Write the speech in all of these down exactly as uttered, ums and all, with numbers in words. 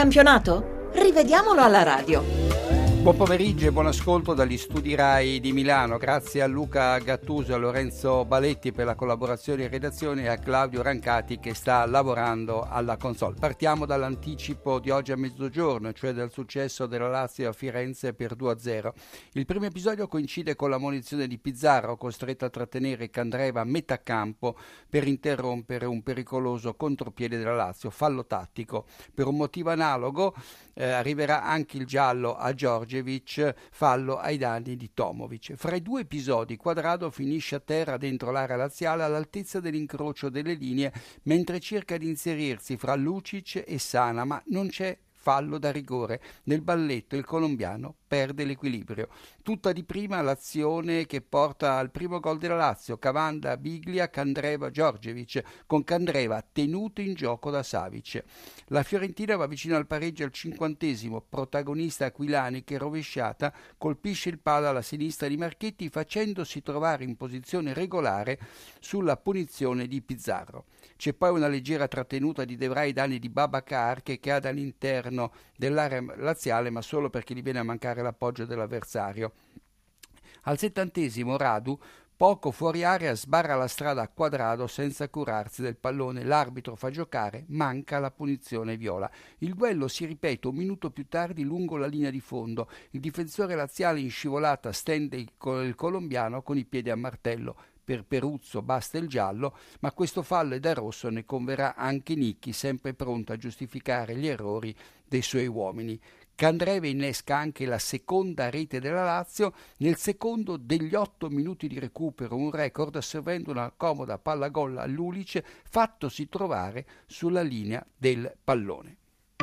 campionato? Rivediamolo alla radio. Buon pomeriggio e buon ascolto dagli studi Rai di Milano. Grazie a Luca Gattuso e a Lorenzo Baletti per la collaborazione in redazione e a Claudio Rancati che sta lavorando alla console. Partiamo dall'anticipo di oggi a mezzogiorno, cioè dal successo della Lazio a Firenze per due a zero. Il primo episodio coincide con la munizione di Pizarro, costretto a trattenere Candreva a metà campo per interrompere un pericoloso contropiede della Lazio, fallo tattico. Per un motivo analogo eh, arriverà anche il giallo a Giorgi, fallo ai danni di Tomovic. Fra i due episodi Quadrado finisce a terra dentro l'area laziale all'altezza dell'incrocio delle linee mentre cerca di inserirsi fra Lucic e Sana, ma non c'è fallo da rigore. Nel balletto il colombiano perde l'equilibrio. Tutta di prima l'azione che porta al primo gol della Lazio, Cavanda, Biglia, Candreva, Djordjevic, con Candreva tenuto in gioco da Savic. La Fiorentina va vicino al pareggio al cinquantesimo, protagonista Aquilani che rovesciata colpisce il palo alla sinistra di Marchetti facendosi trovare in posizione regolare sulla punizione di Pizarro. C'è poi una leggera trattenuta di De Vrij ai danni di Babacar che cade all'interno dell'area laziale ma solo perché gli viene a mancare l'appoggio dell'avversario. Al settantesimo Radu, poco fuori area, sbarra la strada a Quadrado senza curarsi del pallone. L'arbitro fa giocare, manca la punizione viola. Il duello si ripete un minuto più tardi lungo la linea di fondo. Il difensore laziale in scivolata stende il, il colombiano con i piedi a martello. Per Peruzzo basta il giallo, ma questo fallo e da rosso ne converrà anche Nicchi, sempre pronto a giustificare gli errori dei suoi uomini. Candreva innesca anche la seconda rete della Lazio nel secondo degli otto minuti di recupero, un record servendo una comoda palla gol a Lulic fattosi trovare sulla linea del pallone.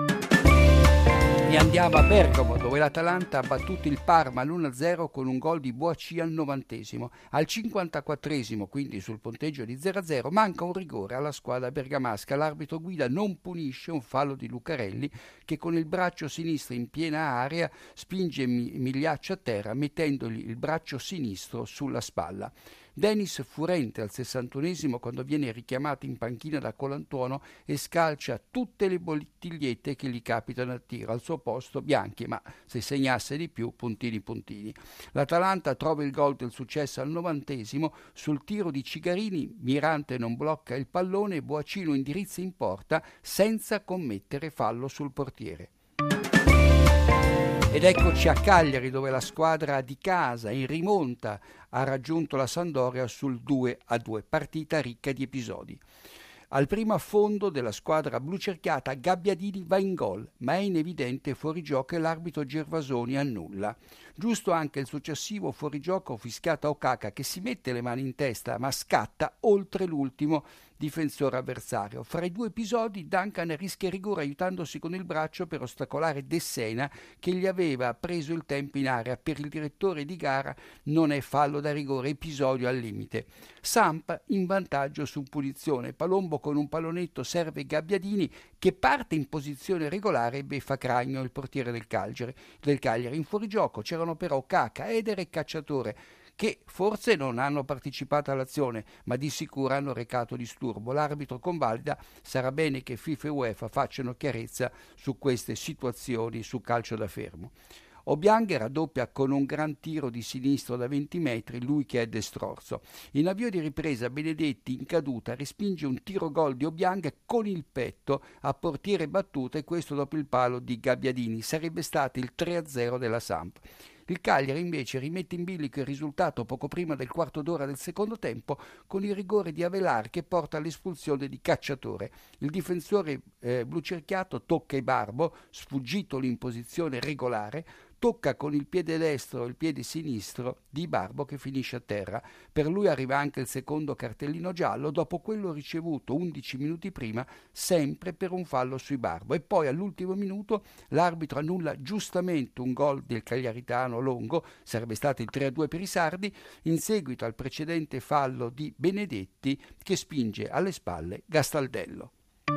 E andiamo a Bergamo, dove l'Atalanta ha battuto il Parma all'uno a zero con un gol di Boacci al novantesimo. Al cinquantaquattresimo, quindi sul punteggio di zero a zero, manca un rigore alla squadra bergamasca. L'arbitro guida non punisce un fallo di Lucarelli che con il braccio sinistro in piena area spinge Migliaccio a terra mettendogli il braccio sinistro sulla spalla. Denis Furente al sessantunesimo, quando viene richiamato in panchina da Colantuono, e scalcia tutte le bottigliette che gli capitano a tiro. Al suo posto Bianchi, ma se segnasse di più puntini puntini. L'Atalanta trova il gol del successo al novantesimo sul tiro di Cigarini. Mirante non blocca il pallone e Boacino indirizza in porta senza commettere fallo sul portiere. Ed eccoci a Cagliari, dove la squadra di casa in rimonta ha raggiunto la Sampdoria sul due a due, partita ricca di episodi. Al primo affondo della squadra blucerchiata Gabbiadini va in gol, ma è in evidente fuorigioco e l'arbitro Gervasoni annulla. Giusto anche il successivo fuorigioco fischiato a Okaka che si mette le mani in testa ma scatta oltre l'ultimo difensore avversario. Fra i due episodi Duncan rischia il rigore aiutandosi con il braccio per ostacolare De Sena che gli aveva preso il tempo in area. Per il direttore di gara non è fallo da rigore, episodio al limite. Samp in vantaggio su punizione. Palombo con un pallonetto serve Gabbiadini che parte in posizione regolare e beffa Cragno, il portiere del Cagliari. Del Cagliari. In fuorigioco c'erano però Caca, Eder e Cacciatore che forse non hanno partecipato all'azione, ma di sicuro hanno recato disturbo. L'arbitro convalida, sarà bene che FIFA e UEFA facciano chiarezza su queste situazioni su calcio da fermo. Obiang raddoppia con un gran tiro di sinistro da venti metri, lui che è destrorso. In avvio di ripresa Benedetti in caduta respinge un tiro gol di Obiang con il petto a portiere battuto e questo dopo il palo di Gabbiadini. Sarebbe stato il tre a zero della Samp. Il Cagliari invece rimette in bilico il risultato poco prima del quarto d'ora del secondo tempo con il rigore di Avelar che porta all'espulsione di Cacciatore. Il difensore eh, blucerchiato tocca Ibarbo, sfuggitolo in posizione regolare, tocca con il piede destro e il piede sinistro di Barbo che finisce a terra. Per lui arriva anche il secondo cartellino giallo dopo quello ricevuto undici minuti prima sempre per un fallo sui Barbo e poi all'ultimo minuto l'arbitro annulla giustamente un gol del cagliaritano Longo, sarebbe stato il tre a due per i sardi, in seguito al precedente fallo di Benedetti che spinge alle spalle Gastaldello.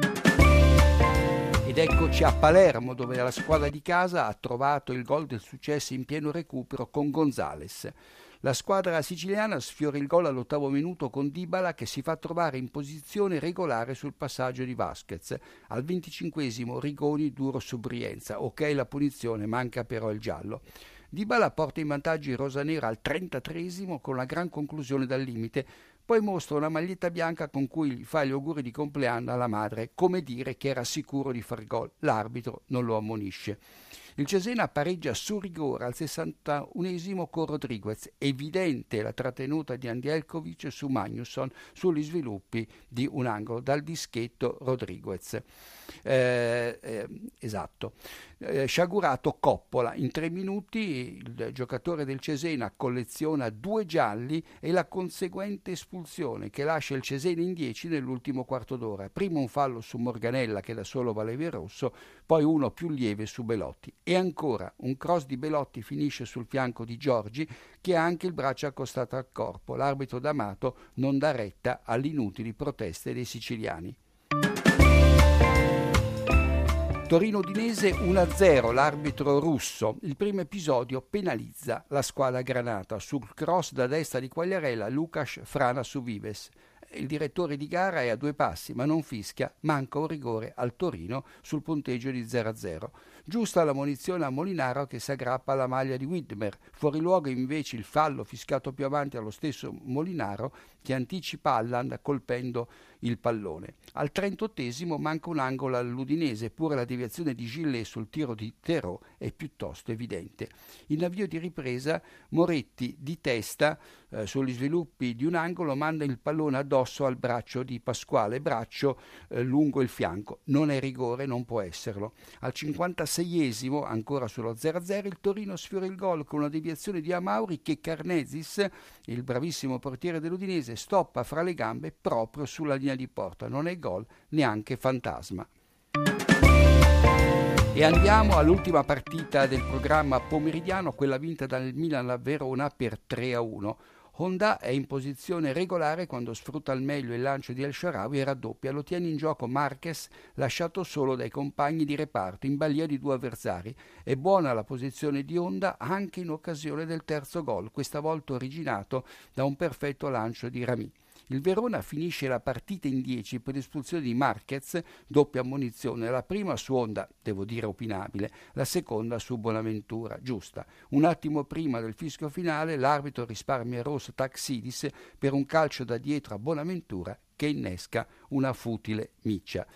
Ed eccoci a Palermo, dove la squadra di casa ha trovato il gol del successo in pieno recupero con Gonzales. La squadra siciliana sfiora il gol all'ottavo minuto con Dybala che si fa trovare in posizione regolare sul passaggio di Vasquez. Al venticinquesimo Rigoni duro su Brienza. Ok la punizione, manca però il giallo. Dybala porta in vantaggio i rosanera al trentatreesimo con una gran conclusione dal limite. Poi mostra una maglietta bianca con cui gli fa gli auguri di compleanno alla madre, come dire che era sicuro di far gol. L'arbitro non lo ammonisce. Il Cesena pareggia su rigore al sessantunesimo con Rodriguez. Evidente la trattenuta di Andielkovic su Magnusson sugli sviluppi di un angolo dal dischetto Rodriguez. Eh, eh, esatto. Eh, sciagurato Coppola. In tre minuti il giocatore del Cesena colleziona due gialli e la conseguente espulsione che lascia il Cesena in dieci nell'ultimo quarto d'ora. Prima un fallo su Morganella che da solo valeva il rosso, poi uno più lieve su Belotti. E ancora un cross di Belotti finisce sul fianco di Giorgi che ha anche il braccio accostato al corpo. L'arbitro D'Amato non dà retta alle inutili proteste dei siciliani. Torino-Udinese uno a zero, l'arbitro russo. Il primo episodio penalizza la squadra granata. Sul cross da destra di Quagliarella, Lucas frana su Vives. Il direttore di gara è a due passi, ma non fischia, manca un rigore al Torino sul punteggio di zero a zero. Giusta la munizione a Molinaro che si aggrappa alla maglia di Widmer. Fuori luogo invece il fallo fischiato più avanti allo stesso Molinaro che anticipa Alland colpendo il pallone. Al trentottesimo manca un angolo all'Udinese, eppure la deviazione di Gillet sul tiro di Terò è piuttosto evidente. In avvio di ripresa Moretti di testa eh, sugli sviluppi di un angolo manda il pallone addosso al braccio di Pasquale, braccio eh, lungo il fianco. Non è rigore, non può esserlo. Al cinquantaseiesimo, ancora sullo zero a zero, il Torino sfiora il gol con una deviazione di Amauri che Carnezis, il bravissimo portiere dell'Udinese, stoppa fra le gambe proprio sulla linea di porta. Non è gol neanche fantasma. E andiamo all'ultima partita del programma pomeridiano, quella vinta dal Milan a Verona per tre a uno. Honda è in posizione regolare quando sfrutta al meglio il lancio di El Shaarawy e raddoppia. Lo tiene in gioco Marquez, lasciato solo dai compagni di reparto in balia di due avversari. È buona la posizione di Honda anche in occasione del terzo gol, questa volta originato da un perfetto lancio di Rami. Il Verona finisce la partita in dieci per l'espulsione di Marquez, doppia ammonizione, la prima su Honda, devo dire opinabile, la seconda su Bonaventura, giusta. Un attimo prima del fischio finale l'arbitro risparmia rosso Taxidis per un calcio da dietro a Bonaventura che innesca una futile miccia.